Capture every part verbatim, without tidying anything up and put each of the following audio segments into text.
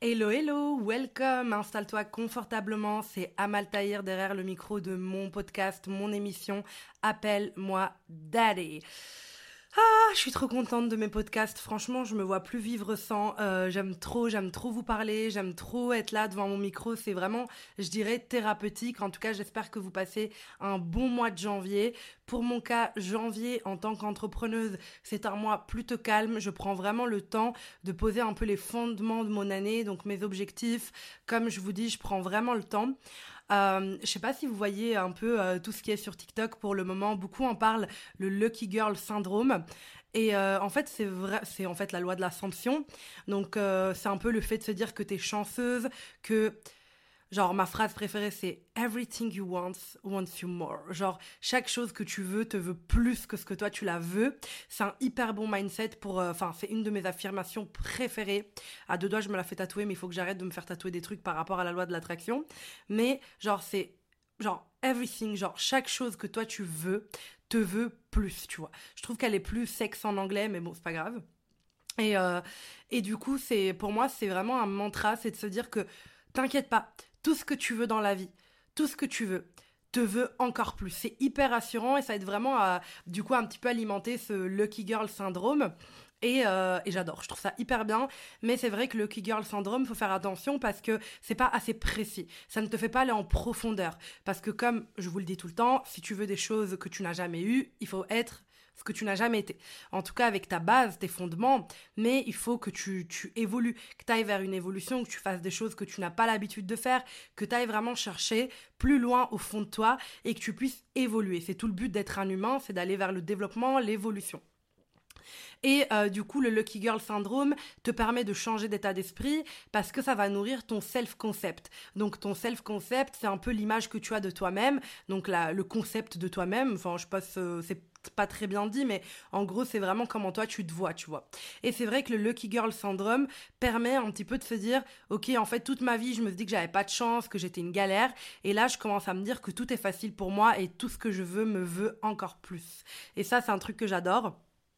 Hello, hello, welcome, installe-toi confortablement, c'est Amal Tahir derrière le micro de mon podcast, mon émission, appelle-moi Daddy. Ah, je suis trop contente de mes podcasts, franchement je me vois plus vivre sans, euh, j'aime trop, j'aime trop vous parler, j'aime trop être là devant mon micro, c'est vraiment, je dirais, thérapeutique. En tout cas j'espère que vous passez un bon mois de janvier. Pour mon cas, janvier en tant qu'entrepreneuse, c'est un mois plutôt calme, je prends vraiment le temps de poser un peu les fondements de mon année, donc mes objectifs, comme je vous dis, je prends vraiment le temps. Euh, je sais pas si vous voyez un peu euh, tout ce qui est sur TikTok pour le moment. Beaucoup en parlent, le Lucky Girl Syndrome. Et euh, en fait, c'est vrai, c'est en fait la loi de l'Assomption. Donc, euh, c'est un peu le fait de se dire que t'es chanceuse, que genre, ma phrase préférée, c'est « Everything you want wants you more ». Genre, chaque chose que tu veux te veut plus que ce que toi, tu la veux. C'est un hyper bon mindset pour... Enfin, euh, c'est une de mes affirmations préférées. À deux doigts, je me la fais tatouer, mais il faut que j'arrête de me faire tatouer des trucs par rapport à la loi de l'attraction. Mais, genre, c'est... Genre, everything, genre, chaque chose que toi, tu veux, te veut plus, tu vois. Je trouve qu'elle est plus sexe en anglais, mais bon, c'est pas grave. Et, euh, et du coup, c'est pour moi, c'est vraiment un mantra, c'est de se dire que t'inquiète pas, tout ce que tu veux dans la vie, tout ce que tu veux, te veut encore plus. C'est hyper rassurant et ça aide vraiment à, du coup, un petit peu alimenter ce Lucky Girl Syndrome. Et, euh, et j'adore, je trouve ça hyper bien, mais c'est vrai que le Lucky Girl Syndrome, faut faire attention parce que c'est pas assez précis, ça ne te fait pas aller en profondeur, parce que comme je vous le dis tout le temps, si tu veux des choses que tu n'as jamais eues, il faut être ce que tu n'as jamais été, en tout cas avec ta base, tes fondements, mais il faut que tu, tu évolues, que tu ailles vers une évolution, que tu fasses des choses que tu n'as pas l'habitude de faire, que tu ailles vraiment chercher plus loin au fond de toi et que tu puisses évoluer. C'est tout le but d'être un humain, c'est d'aller vers le développement, l'évolution. Et euh, du coup, le Lucky Girl Syndrome te permet de changer d'état d'esprit parce que ça va nourrir ton self-concept. Donc ton self-concept, c'est un peu l'image que tu as de toi-même, donc la, le concept de toi-même. Enfin, je pense euh, c'est pas très bien dit, mais en gros, c'est vraiment comment toi tu te vois, tu vois. Et c'est vrai que le Lucky Girl Syndrome permet un petit peu de se dire, ok, en fait, toute ma vie, je me suis dit que j'avais pas de chance, que j'étais une galère, et là, je commence à me dire que tout est facile pour moi et tout ce que je veux me veut encore plus. Et ça, c'est un truc que j'adore.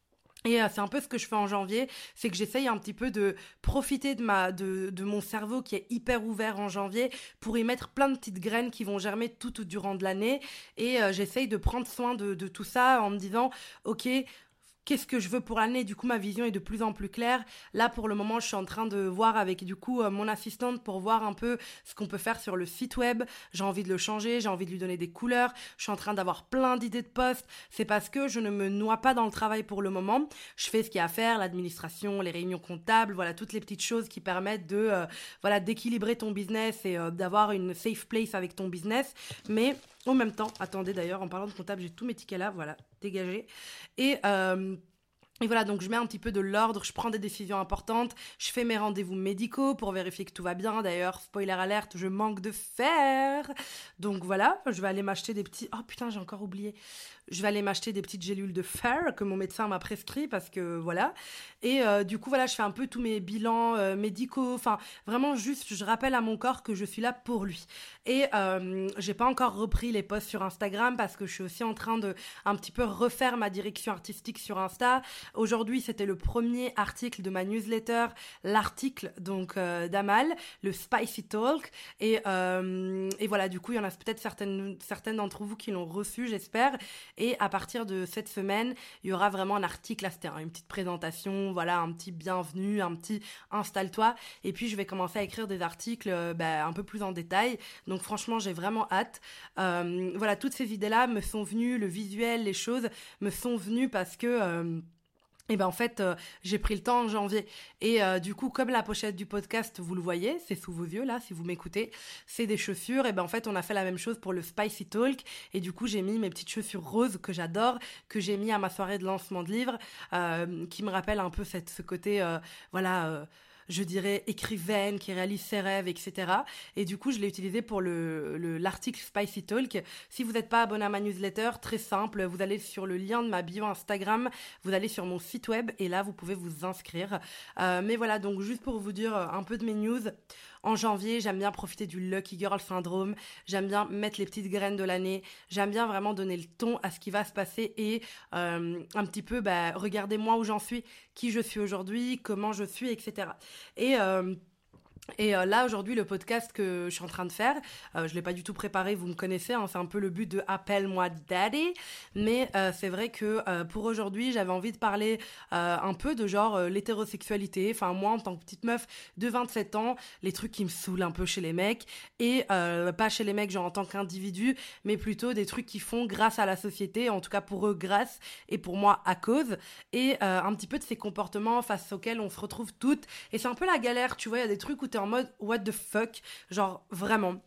Et euh, c'est un peu ce que je fais en janvier, c'est que j'essaye un petit peu de profiter de, ma, de, de mon cerveau qui est hyper ouvert en janvier pour y mettre plein de petites graines qui vont germer tout, tout durant de l'année. Et euh, j'essaye de prendre soin de, de tout ça en me disant, ok, qu'est-ce que je veux pour l'année? Du coup, ma vision est de plus en plus claire. Là, pour le moment, je suis en train de voir avec, du coup, euh, mon assistante pour voir un peu ce qu'on peut faire sur le site web. J'ai envie de le changer, j'ai envie de lui donner des couleurs. Je suis en train d'avoir plein d'idées de posts. C'est parce que je ne me noie pas dans le travail pour le moment. Je fais ce qu'il y a à faire, l'administration, les réunions comptables, voilà, toutes les petites choses qui permettent de, euh, voilà, d'équilibrer ton business et euh, d'avoir une safe place avec ton business. Mais en même temps, attendez d'ailleurs, en parlant de comptable, j'ai tous mes tickets là, voilà, dégagés. Et... Euh, Et voilà, donc je mets un petit peu de l'ordre, je prends des décisions importantes, je fais mes rendez-vous médicaux pour vérifier que tout va bien. D'ailleurs, spoiler alerte, je manque de fer. Donc voilà, je vais aller m'acheter des petits... Oh putain, j'ai encore oublié. Je vais aller m'acheter des petites gélules de fer que mon médecin m'a prescrit parce que voilà. Et euh, du coup, voilà, je fais un peu tous mes bilans euh, médicaux. Enfin, vraiment juste, je rappelle à mon corps que je suis là pour lui. Et euh, j'ai pas encore repris les posts sur Instagram parce que je suis aussi en train de un petit peu refaire ma direction artistique sur Insta. Aujourd'hui, c'était le premier article de ma newsletter, l'article donc euh, d'Amal, le Spicy Talk. Et, euh, et voilà, du coup, il y en a peut-être certaines, certaines d'entre vous qui l'ont reçu, j'espère. Et à partir de cette semaine, il y aura vraiment un article, là c'était une petite présentation, voilà, un petit bienvenue, un petit installe-toi. Et puis je vais commencer à écrire des articles euh, bah, un peu plus en détail. Donc franchement, j'ai vraiment hâte. Euh, voilà, toutes ces idées-là me sont venues, le visuel, les choses me sont venues parce que... Euh, Et ben en fait, euh, j'ai pris le temps en janvier. Et euh, du coup, comme la pochette du podcast, vous le voyez, c'est sous vos yeux là, si vous m'écoutez, c'est des chaussures. Et ben en fait, on a fait la même chose pour le Spicy Talk. Et du coup, j'ai mis mes petites chaussures roses que j'adore, que j'ai mis à ma soirée de lancement de livre, euh, qui me rappelle un peu cette, ce côté, euh, voilà... Euh, je dirais écrivaine, qui réalise ses rêves, et cetera. Et du coup, je l'ai utilisé pour le, le l'article Spicy Talk. Si vous n'êtes pas abonné à ma newsletter, très simple, vous allez sur le lien de ma bio Instagram, vous allez sur mon site web et là, vous pouvez vous inscrire. Euh, mais voilà, donc juste pour vous dire un peu de mes news. En janvier, j'aime bien profiter du Lucky Girl Syndrome, j'aime bien mettre les petites graines de l'année, j'aime bien vraiment donner le ton à ce qui va se passer et euh, un petit peu, bah, regardez moi où j'en suis, qui je suis aujourd'hui, comment je suis, et cetera. Et... Euh, Et euh, là, aujourd'hui, le podcast que je suis en train de faire, euh, je ne l'ai pas du tout préparé, vous me connaissez, hein, c'est un peu le but de Appelle-moi Daddy. Mais euh, c'est vrai que euh, pour aujourd'hui, j'avais envie de parler euh, un peu de genre euh, l'hétérosexualité. Enfin, moi, en tant que petite meuf de vingt-sept ans, les trucs qui me saoulent un peu chez les mecs. Et euh, pas chez les mecs, genre en tant qu'individu, mais plutôt des trucs qui font grâce à la société, en tout cas pour eux, grâce, et pour moi, à cause. Et euh, un petit peu de ces comportements face auxquels on se retrouve toutes. Et c'est un peu la galère, tu vois, il y a des trucs où t'es en mode what the fuck, genre vraiment.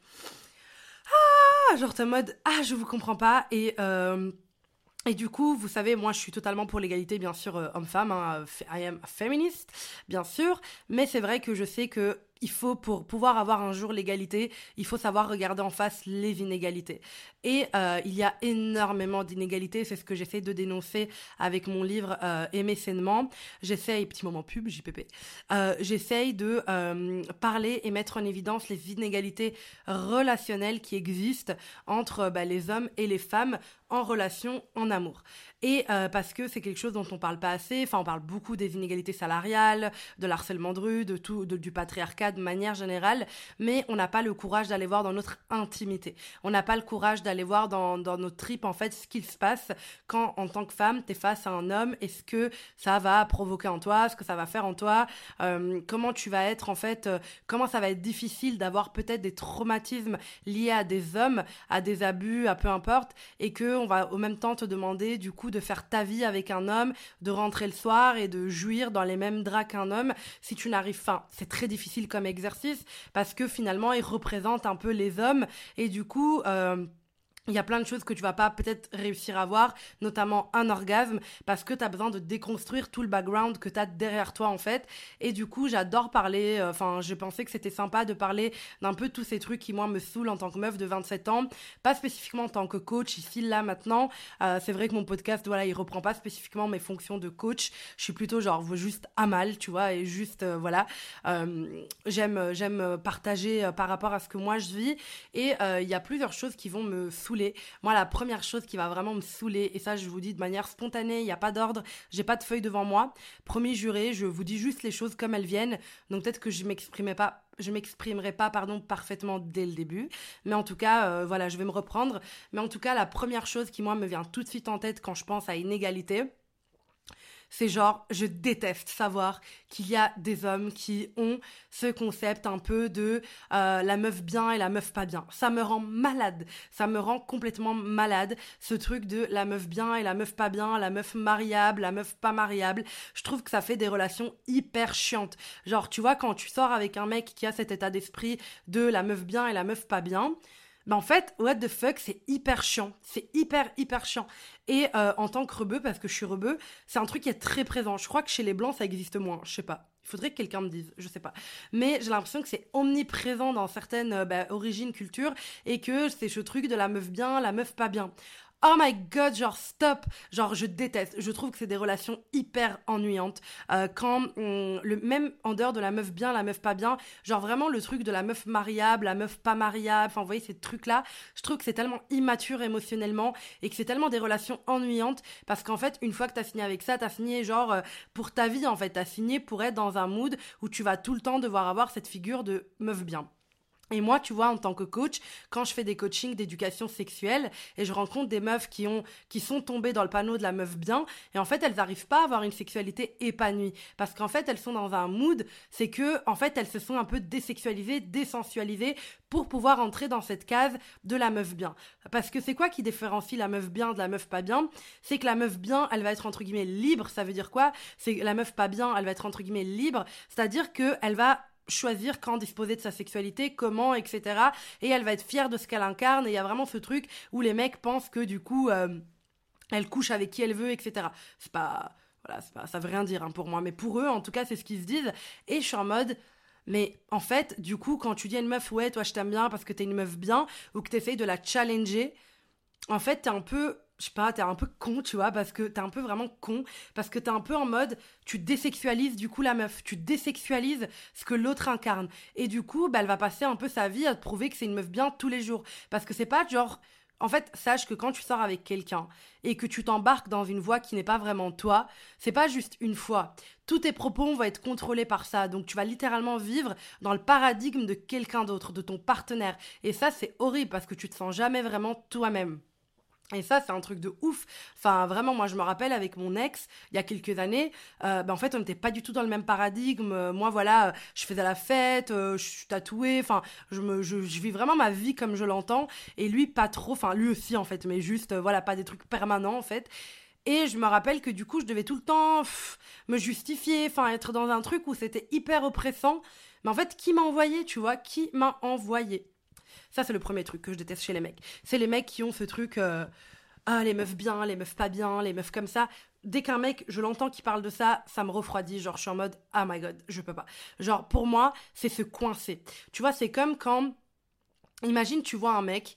Ah, genre t'es en mode ah, je vous comprends pas. Et euh, et du coup, vous savez, moi, je suis totalement pour l'égalité, bien sûr, euh, homme-femme. Hein, I am a feminist, bien sûr. Mais c'est vrai que je sais que il faut, pour pouvoir avoir un jour l'égalité, il faut savoir regarder en face les inégalités. Et euh, il y a énormément d'inégalités. C'est ce que j'essaie de dénoncer avec mon livre euh, Aimer sainement. J'essaye, petit moment pub, J P P, euh, j'essaye de euh, parler et mettre en évidence les inégalités relationnelles qui existent entre bah, les hommes et les femmes en relation, en amour. Et euh, parce que c'est quelque chose dont on parle pas assez, enfin on parle beaucoup des inégalités salariales, de l'harcèlement de rue, de tout, de, du patriarcat de manière générale, mais on n'a pas le courage d'aller voir dans notre intimité. On n'a pas le courage d'aller voir dans, dans nos tripes en fait ce qu'il se passe quand en tant que femme t'es face à un homme et ce que ça va provoquer en toi, ce que ça va faire en toi, euh, comment tu vas être en fait, euh, comment ça va être difficile d'avoir peut-être des traumatismes liés à des hommes, à des abus, à peu importe, et que on va au même temps te demander du coup de faire ta vie avec un homme, de rentrer le soir et de jouir dans les mêmes draps qu'un homme si tu n'arrives pas. C'est très difficile comme exercice parce que finalement il représente un peu les hommes et du coup euh, il y a plein de choses que tu vas pas peut-être réussir à voir, notamment un orgasme, parce que tu as besoin de déconstruire tout le background que tu as derrière toi en fait. Et du coup, j'adore parler, enfin, euh, je pensais que c'était sympa de parler d'un peu tous ces trucs qui, moi, me saoulent en tant que meuf de vingt-sept ans. Pas spécifiquement en tant que coach, ici, là, maintenant. Euh, c'est vrai que mon podcast, voilà, il reprend pas spécifiquement mes fonctions de coach. Je suis plutôt genre juste à mal, tu vois, et juste, euh, voilà. Euh, j'aime, j'aime partager euh, par rapport à ce que moi je vis. Et il euh, y a plusieurs choses qui vont me saouler. Moi, la première chose qui va vraiment me saouler, et ça, je vous dis de manière spontanée, il n'y a pas d'ordre, j'ai pas de feuille devant moi. Promis juré, je vous dis juste les choses comme elles viennent. Donc peut-être que je m'exprimerai pas, je m'exprimerai pas, pardon, parfaitement dès le début. Mais en tout cas, euh, voilà, je vais me reprendre. Mais en tout cas, la première chose qui, moi, me vient tout de suite en tête quand je pense à inégalité, c'est genre, je déteste savoir qu'il y a des hommes qui ont ce concept un peu de euh, la meuf bien et la meuf pas bien. Ça me rend malade, ça me rend complètement malade, ce truc de la meuf bien et la meuf pas bien, la meuf mariable, la meuf pas mariable. Je trouve que ça fait des relations hyper chiantes. Genre, tu vois, quand tu sors avec un mec qui a cet état d'esprit de la meuf bien et la meuf pas bien, bah en fait, what the fuck, c'est hyper chiant. C'est hyper, hyper chiant. Et euh, en tant que rebeu, parce que je suis rebeu, c'est un truc qui est très présent. Je crois que chez les blancs, ça existe moins. Je sais pas. Il faudrait que quelqu'un me dise. Je sais pas. Mais j'ai l'impression que c'est omniprésent dans certaines euh, bah, origines, cultures, et que c'est ce truc de la meuf bien, la meuf pas bien. Oh my god, genre stop, genre je déteste, je trouve que c'est des relations hyper ennuyantes, euh, quand on, le, même en dehors de la meuf bien, la meuf pas bien, genre vraiment le truc de la meuf mariable, la meuf pas mariable, enfin vous voyez ces trucs là, je trouve que c'est tellement immature émotionnellement et que c'est tellement des relations ennuyantes parce qu'en fait une fois que t'as signé avec ça, t'as signé genre euh, pour ta vie en fait, t'as signé pour être dans un mood où tu vas tout le temps devoir avoir cette figure de meuf bien. Et moi, tu vois, en tant que coach, quand je fais des coachings d'éducation sexuelle et je rencontre des meufs qui ont, qui sont tombées dans le panneau de la meuf bien, et en fait, elles n'arrivent pas à avoir une sexualité épanouie. Parce qu'en fait, elles sont dans un mood, c'est que, en fait, elles se sont un peu désexualisées, désensualisées pour pouvoir entrer dans cette case de la meuf bien. Parce que c'est quoi qui différencie la meuf bien de la meuf pas bien? C'est que la meuf bien, elle va être entre guillemets libre. Ça veut dire quoi? C'est que la meuf pas bien, elle va être entre guillemets libre. C'est-à-dire qu'elle va choisir quand disposer de sa sexualité, comment, et cetera. Et elle va être fière de ce qu'elle incarne. Et il y a vraiment ce truc où les mecs pensent que du coup, euh, elle couche avec qui elle veut, et cetera. C'est pas, voilà, c'est pas, ça veut rien dire hein, pour moi, mais pour eux, en tout cas, c'est ce qu'ils se disent. Et je suis en mode, mais en fait, du coup, quand tu dis à une meuf, ouais, toi, je t'aime bien parce que t'es une meuf bien, ou que t'essayes de la challenger, en fait, t'es un peu, je sais pas, t'es un peu con, tu vois, parce que t'es un peu vraiment con, parce que t'es un peu en mode, tu désexualises du coup la meuf, tu désexualises ce que l'autre incarne. Et du coup, bah, elle va passer un peu sa vie à te prouver que c'est une meuf bien tous les jours. Parce que c'est pas genre, En fait, sache que quand tu sors avec quelqu'un et que tu t'embarques dans une voie qui n'est pas vraiment toi, c'est pas juste une fois. Tous tes propos vont être contrôlés par ça. Donc, tu vas littéralement vivre dans le paradigme de quelqu'un d'autre, de ton partenaire. Et ça, c'est horrible parce que tu te sens jamais vraiment toi-même. Et ça, c'est un truc de ouf. Enfin, vraiment, moi, je me rappelle avec mon ex, il y a quelques années, euh, ben, en fait, on n'était pas du tout dans le même paradigme. Euh, moi, voilà, euh, je faisais la fête, euh, je suis tatouée, enfin, je, me, je, je vis vraiment ma vie comme je l'entends. Et lui, pas trop, enfin, lui aussi, en fait, mais juste, euh, voilà, pas des trucs permanents, en fait. Et je me rappelle que du coup, je devais tout le temps pff, me justifier, enfin, être dans un truc où c'était hyper oppressant. Mais en fait, qui m'a envoyé, tu vois? Qui m'a envoyé? Ça, c'est le premier truc que je déteste chez les mecs. C'est les mecs qui ont ce truc... euh, ah, les meufs bien, les meufs pas bien, les meufs comme ça. Dès qu'un mec, je l'entends qui parle de ça, ça me refroidit. Genre, je suis en mode, oh my god, je peux pas. Genre, pour moi, c'est se coincer. Tu vois, c'est comme quand... Imagine, tu vois un mec...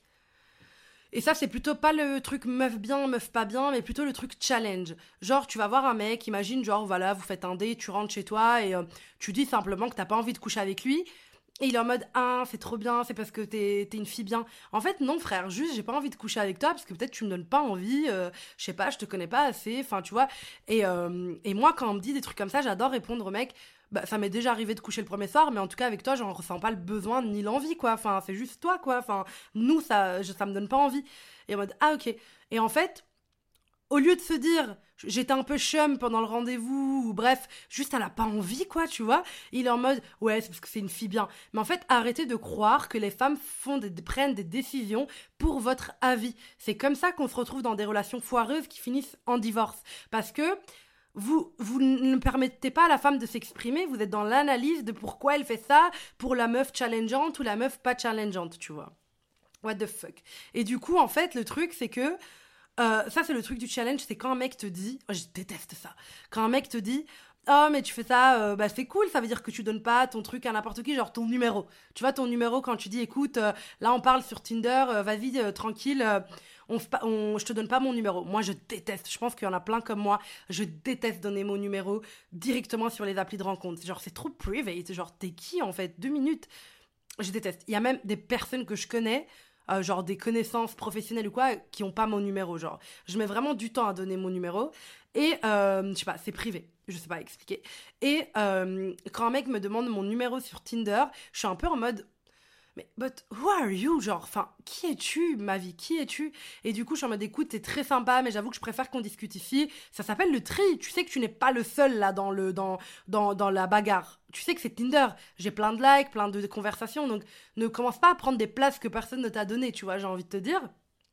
Et ça, c'est plutôt pas le truc meuf bien, meuf pas bien, mais plutôt le truc challenge. Genre, tu vas voir un mec, imagine, genre, voilà, vous faites un date, tu rentres chez toi et euh, tu dis simplement que t'as pas envie de coucher avec lui. Et il est en mode, ah, c'est trop bien, c'est parce que t'es, t'es une fille bien. En fait, non, frère, juste, j'ai pas envie de coucher avec toi parce que peut-être tu me donnes pas envie, euh, je sais pas, je te connais pas assez, enfin, tu vois. Et, euh, et moi, quand on me dit des trucs comme ça, j'adore répondre au mec, bah, ça m'est déjà arrivé de coucher le premier soir, mais en tout cas, avec toi, j'en ressens pas le besoin ni l'envie, quoi. Enfin, c'est juste toi, quoi. Enfin, nous, ça, je- ça me donne pas envie. Et en mode, ah, ok. Et en fait, au lieu de se dire j'étais un peu chum pendant le rendez-vous ou bref, juste elle a pas envie quoi, tu vois, il est en mode ouais, c'est parce que c'est une fille bien. Mais en fait, arrêtez de croire que les femmes font des, prennent des décisions pour votre avis. C'est comme ça qu'on se retrouve dans des relations foireuses qui finissent en divorce parce que vous, vous ne permettez pas à la femme de s'exprimer, vous êtes dans l'analyse de pourquoi elle fait ça pour la meuf challengeante ou la meuf pas challengeante, tu vois. What the fuck. Et du coup, en fait, le truc, c'est que euh, ça, c'est le truc du challenge, c'est quand un mec te dit, oh, je déteste ça, quand un mec te dit, oh, mais tu fais ça, euh, bah c'est cool, ça veut dire que tu donnes pas ton truc à n'importe qui, genre ton numéro. Tu vois, ton numéro quand tu dis, écoute, euh, là on parle sur Tinder, euh, vas-y, euh, tranquille, euh, on, se pa- on, je te donne pas mon numéro. Moi, je déteste, je pense qu'il y en a plein comme moi, je déteste donner mon numéro directement sur les applis de rencontre. Genre, c'est trop private, genre, t'es qui en fait? Deux minutes. Je déteste. Il y a même des personnes que je connais, euh, genre des connaissances professionnelles ou quoi, qui ont pas mon numéro. Genre, je mets vraiment du temps à donner mon numéro. Et, euh, je sais pas, c'est privé. Je sais pas expliquer. Et euh, quand un mec me demande mon numéro sur Tinder, je suis un peu en mode... Mais, but who are you? Genre, enfin, qui es-tu, ma vie? Qui es-tu? Et du coup, je suis en mode, écoute, t'es très sympa, mais j'avoue que je préfère qu'on discute ici. Ça s'appelle le tri. Tu sais que tu n'es pas le seul, là, dans, le, dans, dans, dans la bagarre. Tu sais que c'est Tinder. J'ai plein de likes, plein de conversations. Donc, ne commence pas à prendre des places que personne ne t'a données, tu vois, j'ai envie de te dire.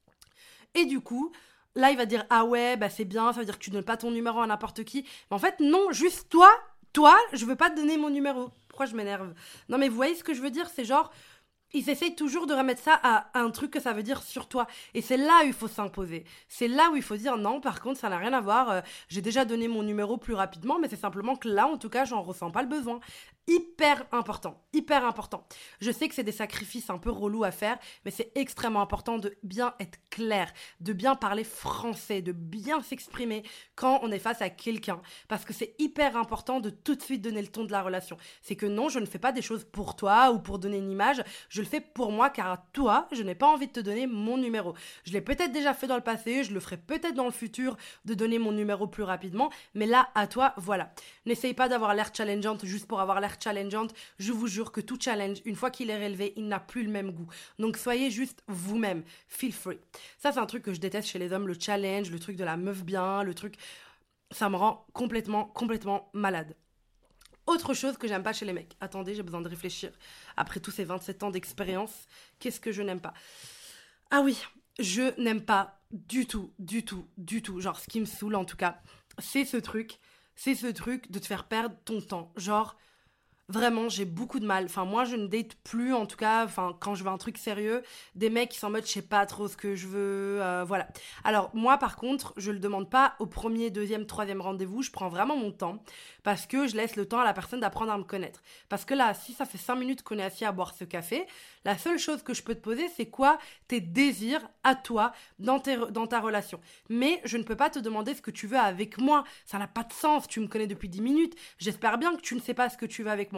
Et du coup, là, il va dire, ah ouais, bah c'est bien, ça veut dire que tu donnes pas ton numéro à n'importe qui. Mais en fait, non, juste toi, toi, je veux pas te donner mon numéro. Pourquoi je m'énerve? Non, mais vous voyez ce que je veux dire? C'est genre, ils essayent toujours de remettre ça à un truc que ça veut dire sur toi. Et c'est là où il faut s'imposer. C'est là où il faut dire non, par contre, ça n'a rien à voir. euh, j'ai déjà donné mon numéro plus rapidement, mais c'est simplement que là, en tout cas, j'en ressens pas le besoin. Hyper important. Hyper important. Je sais que c'est des sacrifices un peu relous à faire, mais c'est extrêmement important de bien être clair, de bien parler français, de bien s'exprimer quand on est face à quelqu'un. Parce que c'est hyper important de tout de suite donner le ton de la relation. C'est que non, je ne fais pas des choses pour toi ou pour donner une image. Je le fais pour moi car à toi, je n'ai pas envie de te donner mon numéro. Je l'ai peut-être déjà fait dans le passé, je le ferai peut-être dans le futur de donner mon numéro plus rapidement, mais là, à toi, voilà. N'essaye pas d'avoir l'air challengeante juste pour avoir l'air challengeante. Je vous jure que tout challenge, une fois qu'il est relevé, il n'a plus le même goût. Donc soyez juste vous-même. Feel free. Ça, c'est un truc que je déteste chez les hommes, le challenge, le truc de la meuf bien, le truc... Ça me rend complètement, complètement malade. Autre chose que j'aime pas chez les mecs. Attendez, j'ai besoin de réfléchir. Après tous ces vingt-sept ans d'expérience, qu'est-ce que je n'aime pas? Ah oui, je n'aime pas du tout, du tout, du tout. Genre, ce qui me saoule en tout cas, c'est ce truc, c'est ce truc de te faire perdre ton temps. Genre, vraiment, j'ai beaucoup de mal. Enfin, moi, je ne date plus, en tout cas, enfin, quand je veux un truc sérieux, des mecs qui sont en mode, je sais pas trop ce que je veux, euh, voilà. Alors, moi, par contre, je le demande pas au premier, deuxième, troisième rendez-vous, je prends vraiment mon temps, parce que je laisse le temps à la personne d'apprendre à me connaître. Parce que là, si ça fait cinq minutes qu'on est assis à boire ce café, la seule chose que je peux te poser, c'est quoi tes désirs à toi dans, tes, dans ta relation. Mais je ne peux pas te demander ce que tu veux avec moi. Ça n'a pas de sens, tu me connais depuis dix minutes, j'espère bien que tu ne sais pas ce que tu veux avec moi.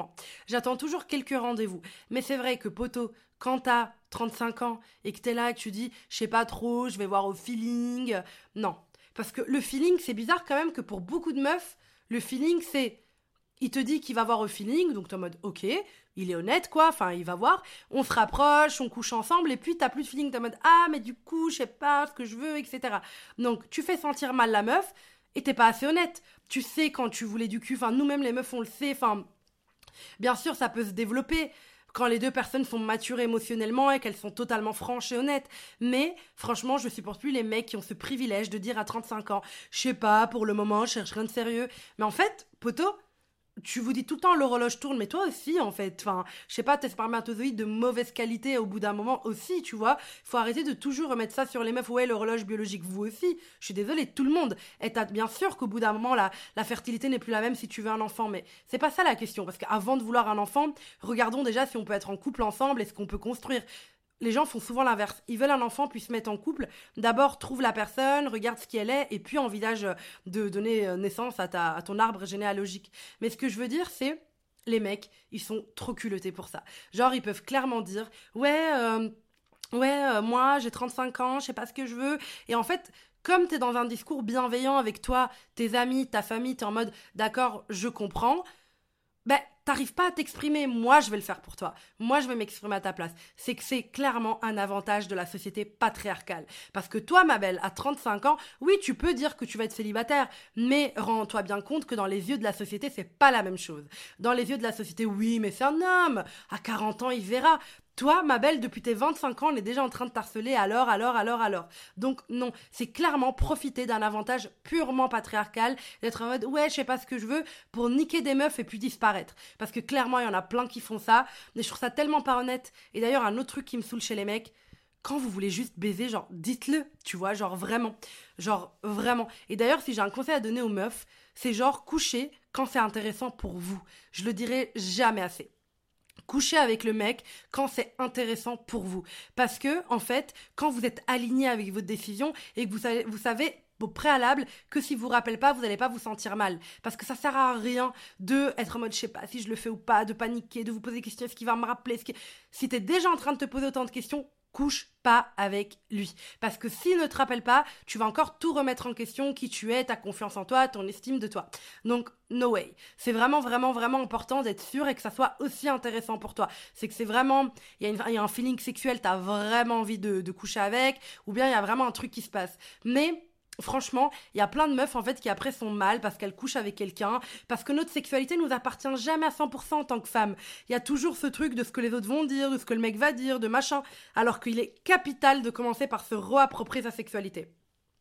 moi. J'attends toujours quelques rendez-vous. Mais c'est vrai que poto, quand t'as trente-cinq ans et que t'es là et que tu dis « je sais pas trop, je vais voir au feeling », non. Parce que le feeling, c'est bizarre quand même que pour beaucoup de meufs, le feeling, c'est... Il te dit qu'il va voir au feeling, donc t'es en mode « ok », il est honnête quoi, enfin il va voir, on se rapproche, on couche ensemble, et puis t'as plus de feeling, t'es en mode « ah mais du coup, je sais pas ce que je veux, et cetera » Donc tu fais sentir mal la meuf, et t'es pas assez honnête. Tu sais quand tu voulais du cul, enfin nous-mêmes les meufs on le sait, enfin... Bien sûr ça peut se développer, quand les deux personnes sont matures émotionnellement et qu'elles sont totalement franches et honnêtes. Mais, franchement, je supporte plus les mecs qui ont ce privilège de dire à trente-cinq ans « je sais pas, pour le moment, je cherche rien de sérieux ». Mais en fait, poto, tu vous dis tout le temps l'horloge tourne, mais toi aussi en fait, enfin, je sais pas, tes spermatozoïdes de mauvaise qualité au bout d'un moment aussi, tu vois, faut arrêter de toujours remettre ça sur les meufs, ouais l'horloge biologique, vous aussi, je suis désolée, tout le monde, et t'as bien sûr qu'au bout d'un moment la, la fertilité n'est plus la même si tu veux un enfant, mais c'est pas ça la question, parce qu'avant de vouloir un enfant, regardons déjà si on peut être en couple ensemble et ce qu'on peut construire. Les gens font souvent l'inverse. Ils veulent un enfant, puis se mettre en couple. D'abord, trouve la personne, regarde ce qu'elle est, et puis envisage de donner naissance à, ta, à ton arbre généalogique. Mais ce que je veux dire, c'est... Les mecs, ils sont trop culottés pour ça. Genre, ils peuvent clairement dire « Ouais, euh, ouais euh, moi, j'ai trente-cinq ans, je sais pas ce que je veux. » Et en fait... Comme t'es dans un discours bienveillant avec toi, tes amis, ta famille, t'es en mode « D'accord, je comprends », ben, t'arrives pas à t'exprimer, moi je vais le faire pour toi, moi je vais m'exprimer à ta place. C'est que c'est clairement un avantage de la société patriarcale. Parce que toi, ma belle, à trente-cinq ans, oui, tu peux dire que tu vas être célibataire, mais rends-toi bien compte que dans les yeux de la société, c'est pas la même chose. Dans les yeux de la société, oui, mais c'est un homme, à quarante ans, il verra. Toi, ma belle, depuis tes vingt-cinq ans, on est déjà en train de t'harceler alors, alors, alors, alors. Donc non, c'est clairement profiter d'un avantage purement patriarcal, d'être en mode, ouais, je sais pas ce que je veux, pour niquer des meufs et puis disparaître. Parce que clairement, il y en a plein qui font ça, mais je trouve ça tellement pas honnête. Et d'ailleurs, un autre truc qui me saoule chez les mecs, quand vous voulez juste baiser, genre, dites-le, tu vois, genre vraiment. Genre, vraiment. Et d'ailleurs, si j'ai un conseil à donner aux meufs, c'est genre, coucher quand c'est intéressant pour vous. Je le dirai jamais assez. Coucher avec le mec quand c'est intéressant pour vous. Parce que, en fait, quand vous êtes aligné avec votre décision et que vous savez, vous savez au préalable que si vous vous rappelez pas, vous n'allez pas vous sentir mal. Parce que ça sert à rien de être en mode, je sais pas si je le fais ou pas, de paniquer, de vous poser des questions, est-ce qu'il va me rappeler, est-ce que... Si t'es déjà en train de te poser autant de questions, couche pas avec lui. Parce que s'il ne te rappelle pas, tu vas encore tout remettre en question, qui tu es, ta confiance en toi, ton estime de toi. Donc, no way. C'est vraiment, vraiment, vraiment important d'être sûr et que ça soit aussi intéressant pour toi. C'est que c'est vraiment, il y, y a un feeling sexuel, t'as vraiment envie de, de coucher avec, ou bien il y a vraiment un truc qui se passe. Mais... Franchement, il y a plein de meufs en fait qui après sont mal parce qu'elles couchent avec quelqu'un, parce que notre sexualité nous appartient jamais à cent pour cent en tant que femme. Il y a toujours ce truc de ce que les autres vont dire, de ce que le mec va dire, de machin, alors qu'il est capital de commencer par se réapproprier sa sexualité.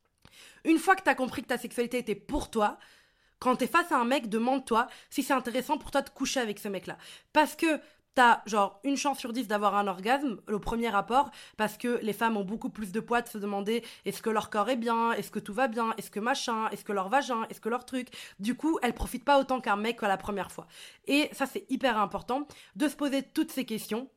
Une fois que t'as compris que ta sexualité était pour toi, quand t'es face à un mec, demande-toi si c'est intéressant pour toi de coucher avec ce mec-là. Parce que t'as genre une chance sur dix d'avoir un orgasme, le premier rapport, parce que les femmes ont beaucoup plus de poids de se demander est-ce que leur corps est bien, est-ce que tout va bien, est-ce que machin, est-ce que leur vagin, est-ce que leur truc. Du coup, elles profitent pas autant qu'un mec qu'à la première fois. Et ça, c'est hyper important de se poser toutes ces questions.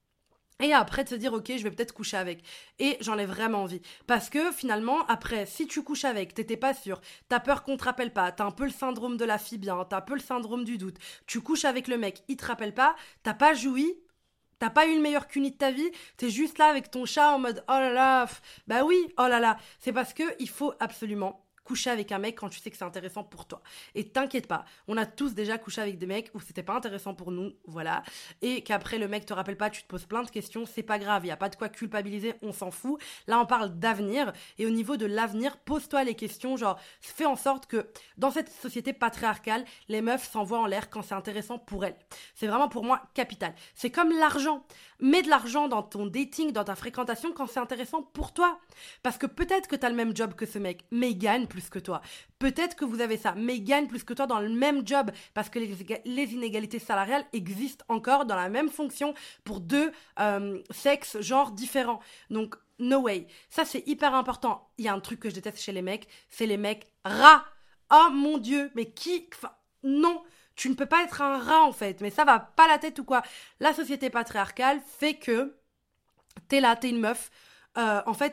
Et après de se dire ok je vais peut-être coucher avec. Et j'en ai vraiment envie. Parce que finalement après si tu couches avec, t'étais pas sûr, t'as peur qu'on te rappelle pas, t'as un peu le syndrome de la fille bien, t'as un peu le syndrome du doute, tu couches avec le mec, il te rappelle pas, t'as pas joui, t'as pas eu le meilleur cuni de ta vie, t'es juste là avec ton chat en mode oh là là, pff, bah oui, oh là là. C'est parce que il faut absolument coucher avec un mec quand tu sais que c'est intéressant pour toi. Et t'inquiète pas, on a tous déjà couché avec des mecs où c'était pas intéressant pour nous, voilà, et qu'après le mec te rappelle pas, tu te poses plein de questions, c'est pas grave, y a pas de quoi culpabiliser, on s'en fout. Là on parle d'avenir, et au niveau de l'avenir, pose-toi les questions, genre fais en sorte que dans cette société patriarcale, les meufs s'envoient en l'air quand c'est intéressant pour elles. C'est vraiment pour moi capital. C'est comme l'argent. Mets de l'argent dans ton dating, dans ta fréquentation quand c'est intéressant pour toi. Parce que peut-être que t'as le même job que ce mec, mais il gagne plus que toi. Peut-être que vous avez ça, mais il gagne plus que toi dans le même job. Parce que les, les inégalités salariales existent encore dans la même fonction pour deux euh, sexes, genres différents. Donc, no way. Ça, c'est hyper important. Il y a un truc que je déteste chez les mecs, c'est les mecs rats. Oh mon Dieu, mais qui... Enfin, non. Tu ne peux pas être un rat en fait, mais ça va pas la tête ou quoi. La société patriarcale fait que t'es là, t'es une meuf. Euh, en fait,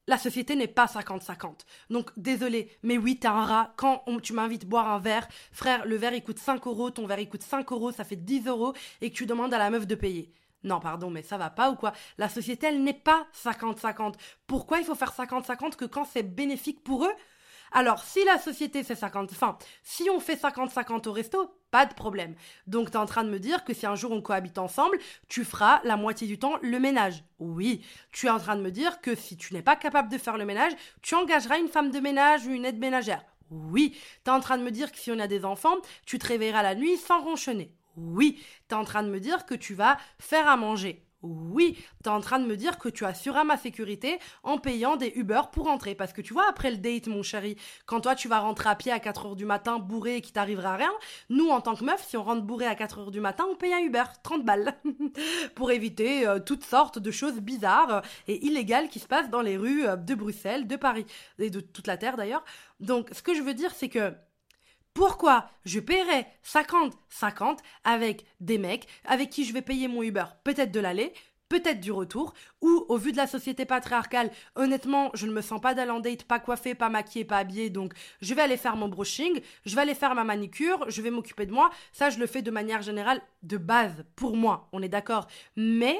la société n'est pas cinquante cinquante. Donc, désolé, mais oui, t'es un rat. Quand on- tu m'invites boire un verre, frère, le verre, il coûte cinq euros, ton verre, il coûte cinq euros, ça fait dix euros, et que tu demandes à la meuf de payer. Non, pardon, mais ça va pas ou quoi? La société, elle n'est pas cinquante cinquante. Pourquoi il faut faire cinquante cinquante que quand c'est bénéfique pour eux? Alors, si la société c'est cinquante, enfin, si on fait cinquante cinquante au resto, pas de problème. Donc, t'es en train de me dire que si un jour on cohabite ensemble, tu feras la moitié du temps le ménage. Oui. Tu es en train de me dire que si tu n'es pas capable de faire le ménage, tu engageras une femme de ménage ou une aide ménagère. Oui. T'es en train de me dire que si on a des enfants, tu te réveilleras la nuit sans ronchonner. Oui. T'es en train de me dire que tu vas faire à manger. Oui, t'es en train de me dire que tu assureras ma sécurité en payant des Uber pour rentrer. Parce que tu vois, après le date, mon chéri, quand toi tu vas rentrer à pied à quatre heures du matin bourré et qu'il t'arrivera rien, nous en tant que meuf, si on rentre bourré à quatre heures du matin, on paye un Uber, trente balles. Pour éviter euh, toutes sortes de choses bizarres euh, et illégales qui se passent dans les rues euh, de Bruxelles, de Paris et de toute la Terre d'ailleurs. Donc ce que je veux dire, c'est que pourquoi je paierais cinquante cinquante avec des mecs avec qui je vais payer mon Uber, peut-être de l'aller, peut-être du retour, ou au vu de la société patriarcale, honnêtement, je ne me sens pas d'aller en date, pas coiffée, pas maquillée, pas habillée, donc je vais aller faire mon brushing, je vais aller faire ma manicure, je vais m'occuper de moi, ça je le fais de manière générale, de base, pour moi, on est d'accord, mais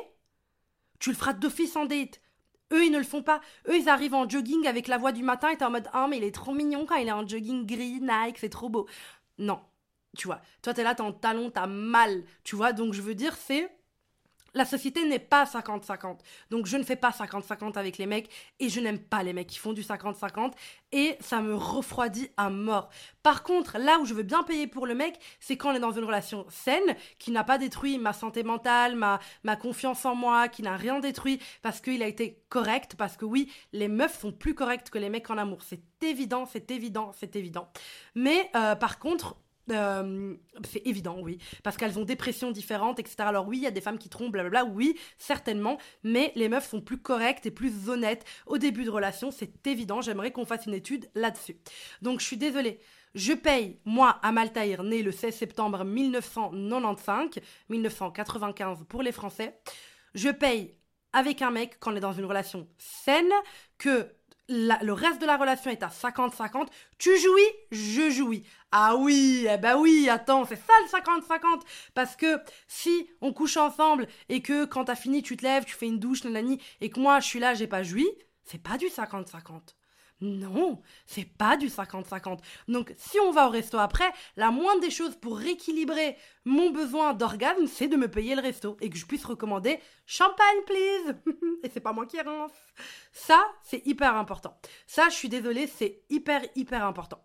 tu le feras d'office en date. Eux, ils ne le font pas. Eux, ils arrivent en jogging avec la voix du matin et t'es en mode « Ah, mais il est trop mignon quand il est en jogging gris, Nike, c'est trop beau. » Non, tu vois. Toi, t'es là, t'es en talon, t'as mal, tu vois. Donc, je veux dire, c'est... La société n'est pas cinquante cinquante. Donc, je ne fais pas cinquante cinquante avec les mecs et je n'aime pas les mecs qui font du cinquante cinquante et ça me refroidit à mort. Par contre, là où je veux bien payer pour le mec, c'est quand on est dans une relation saine, qui n'a pas détruit ma santé mentale, ma, ma confiance en moi, qui n'a rien détruit parce qu'il a été correct. Parce que oui, les meufs sont plus correctes que les mecs en amour. C'est évident, c'est évident, c'est évident. Mais euh, par contre... Euh, c'est évident, oui, parce qu'elles ont des pressions différentes, et cetera. Alors oui, il y a des femmes qui trompent, blablabla, oui, certainement, mais les meufs sont plus correctes et plus honnêtes au début de relation, c'est évident, j'aimerais qu'on fasse une étude là-dessus. Donc je suis désolée, je paye, moi, Amal Tahir, née le seize septembre mille neuf cent quatre-vingt-quinze, mille neuf cent quatre-vingt-quinze pour les Français, je paye avec un mec quand on est dans une relation saine, que... La, le reste de la relation est à cinquante cinquante, tu jouis, je jouis. Ah oui, eh ben oui, attends, c'est ça le cinquante cinquante. Parce que si on couche ensemble et que quand t'as fini, tu te lèves, tu fais une douche, nanani, et que moi je suis là, j'ai pas joui, c'est pas du cinquante cinquante. Non, c'est pas du cinquante cinquante. Donc si on va au resto après, la moindre des choses pour rééquilibrer mon besoin d'orgasme, c'est de me payer le resto et que je puisse recommander champagne please. Et c'est pas moi qui rince. Ça, c'est hyper important. Ça, je suis désolée, c'est hyper hyper important.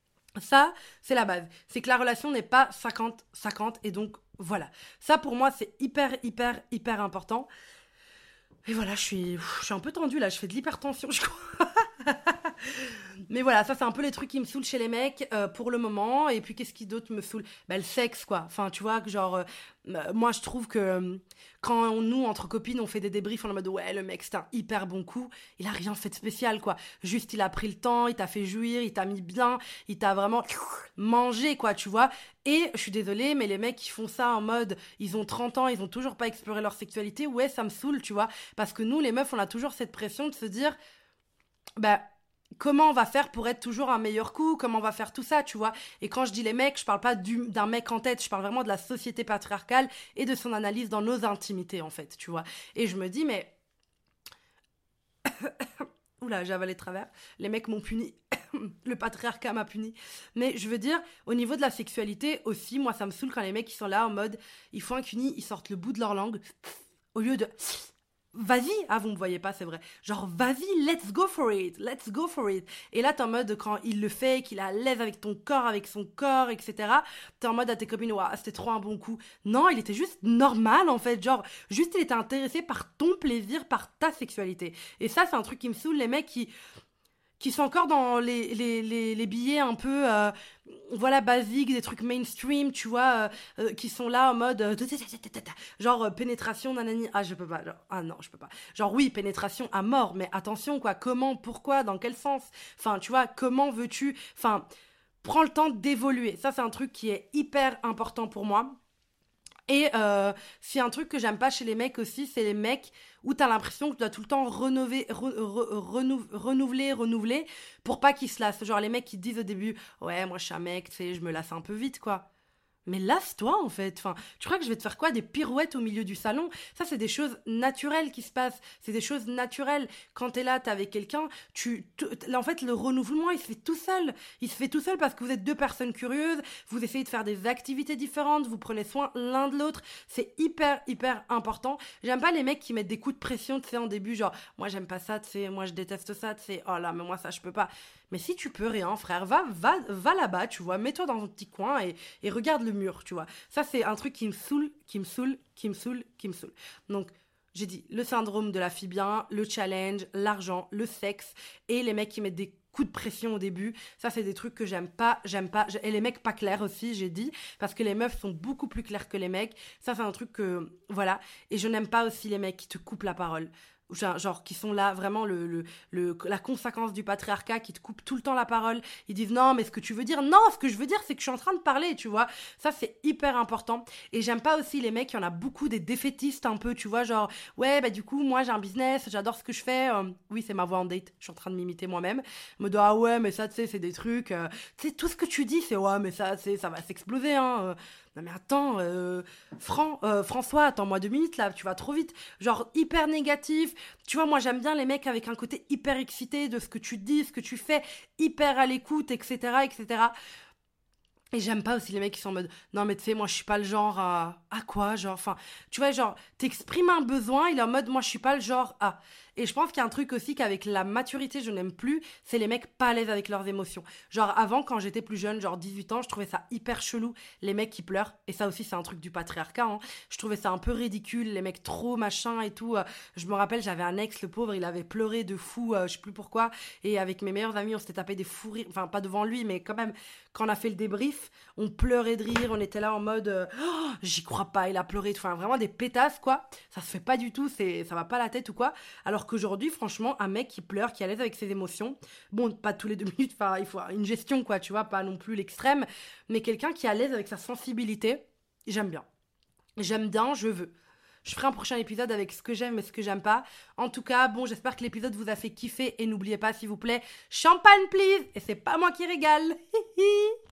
Ça, c'est la base. C'est que la relation n'est pas cinquante cinquante et donc voilà. Ça pour moi, c'est hyper hyper hyper important. Et voilà, je suis, je suis un peu tendue là, je fais de l'hypertension, je crois. Mais voilà, ça c'est un peu les trucs qui me saoulent chez les mecs euh, pour le moment. Et puis qu'est-ce qui d'autre me saoule? Bah le sexe quoi. Enfin tu vois, genre euh, moi je trouve que euh, quand on- nous entre copines on fait des débriefs on est en mode ouais le mec c'est un hyper bon coup. Il a rien fait de spécial quoi. Juste il a pris le temps, il t'a fait jouir, il t'a mis bien, il t'a vraiment mangé quoi tu vois. Et je suis désolée mais les mecs qui font ça en mode ils ont trente ans, ils ont toujours pas exploré leur sexualité. Ouais ça me saoule tu vois. Parce que nous les meufs on a toujours cette pression de se dire bah comment on va faire pour être toujours un meilleur coup, comment on va faire tout ça, tu vois. Et quand je dis les mecs, je parle pas du, d'un mec en tête, je parle vraiment de la société patriarcale et de son analyse dans nos intimités, en fait, tu vois. Et je me dis, mais... Oula, j'ai avalé de travers. Les mecs m'ont puni. Le patriarcat m'a puni. Mais je veux dire, au niveau de la sexualité aussi, moi, ça me saoule quand les mecs, ils sont là en mode, ils font un cuni, ils sortent le bout de leur langue, au lieu de... Vas-y, ah vous me voyez pas, c'est vrai. Genre vas-y, let's go for it, let's go for it. Et là t'es en mode quand il le fait, qu'il est à l'aise avec ton corps, avec son corps, et cetera. T'es en mode à tes copines, ouah, c'était trop un bon coup. Non, il était juste normal en fait, genre juste il était intéressé par ton plaisir, par ta sexualité. Et ça c'est un truc qui me saoule, les mecs qui qui sont encore dans les, les, les, les billets un peu euh, voilà basiques, des trucs mainstream tu vois, euh, euh, qui sont là en mode euh, genre euh, pénétration nanani, ah je peux pas, genre, ah non je peux pas, genre oui pénétration à mort mais attention quoi, comment, pourquoi, dans quel sens, enfin tu vois, comment veux-tu, enfin prends le temps d'évoluer, ça c'est un truc qui est hyper important pour moi. Et euh, c'est un truc que j'aime pas chez les mecs aussi, c'est les mecs où t'as l'impression que tu dois tout le temps renouveler, re, re, renou, renouveler, renouveler pour pas qu'ils se lassent. Genre les mecs qui te disent au début, ouais, moi je suis un mec, tu sais, je me lasse un peu vite, quoi. Mais lasse-toi en fait. Enfin, tu crois que je vais te faire quoi? Des pirouettes au milieu du salon? Ça, c'est des choses naturelles qui se passent. C'est des choses naturelles. Quand t'es là, t'es avec quelqu'un, tu, tu- en fait, le renouvellement, il se fait tout seul. Il se fait tout seul parce que vous êtes deux personnes curieuses. Vous essayez de faire des activités différentes. Vous prenez soin l'un de l'autre. C'est hyper, hyper important. J'aime pas les mecs qui mettent des coups de pression, tu sais, en début, genre, moi j'aime pas ça, tu sais, moi je déteste ça, tu sais, oh là, mais moi ça je peux pas. Mais si tu peux rien, frère, va, va, va là-bas, tu vois, mets-toi dans un petit coin et et regarde le mur, tu vois. Ça, c'est un truc qui me saoule, qui me saoule, qui me saoule, qui me saoule. Donc, j'ai dit le syndrome de la fille bien, le challenge, l'argent, le sexe et les mecs qui mettent des coups de pression au début. Ça, c'est des trucs que j'aime pas, j'aime pas. Et les mecs pas clairs aussi, j'ai dit, parce que les meufs sont beaucoup plus claires que les mecs. Ça, c'est un truc que, voilà. Et je n'aime pas aussi les mecs qui te coupent la parole. Genre, genre, qui sont là vraiment le, le, le, la conséquence du patriarcat, qui te coupent tout le temps la parole. Ils disent non, mais ce que tu veux dire, non, ce que je veux dire, c'est que je suis en train de parler, tu vois. Ça, c'est hyper important. Et j'aime pas aussi les mecs, il y en a beaucoup des défaitistes un peu, tu vois, genre, ouais, bah du coup, moi j'ai un business, j'adore ce que je fais. Euh, oui, c'est ma voix en date, je suis en train de m'imiter moi-même. Me dis, ah ouais, mais ça, tu sais, c'est des trucs. Euh, tu sais, tout ce que tu dis, c'est ouais, mais ça, c'est, ça va s'exploser, hein. Euh, non mais attends, euh, Fran- euh, François, attends-moi deux minutes là, tu vas trop vite. Genre hyper négatif. Tu vois, moi j'aime bien les mecs avec un côté hyper excité de ce que tu dis, ce que tu fais, hyper à l'écoute, et cetera, et cetera. Et j'aime pas aussi les mecs qui sont en mode non mais tu sais moi je suis pas le genre à à quoi genre enfin tu vois genre t'exprimes un besoin il est en mode moi je suis pas le genre à et je pense qu'il y a un truc aussi qu'avec la maturité je n'aime plus c'est les mecs pas à l'aise avec leurs émotions genre avant quand j'étais plus jeune genre dix-huit ans je trouvais ça hyper chelou les mecs qui pleurent et ça aussi c'est un truc du patriarcat hein. Je trouvais ça un peu ridicule les mecs trop machin et tout euh, je me rappelle j'avais un ex le pauvre il avait pleuré de fou euh, je sais plus pourquoi et avec mes meilleurs amis on s'était tapé des fous rires enfin pas devant lui mais quand même quand on a fait le débrief, on pleurait de rire, on était là en mode euh, oh, j'y crois pas, il a pleuré, enfin vraiment des pétasses quoi. Ça se fait pas du tout, c'est ça va pas la tête ou quoi. Alors qu'aujourd'hui, franchement, un mec qui pleure, qui est à l'aise avec ses émotions, bon, pas tous les deux minutes, enfin il faut une gestion quoi, tu vois, pas non plus l'extrême, mais quelqu'un qui est à l'aise avec sa sensibilité, j'aime bien. J'aime bien, je veux. Je ferai un prochain épisode avec ce que j'aime et ce que j'aime pas. En tout cas, bon, j'espère que l'épisode vous a fait kiffer et n'oubliez pas, s'il vous plaît, champagne please. Et c'est pas moi qui régale.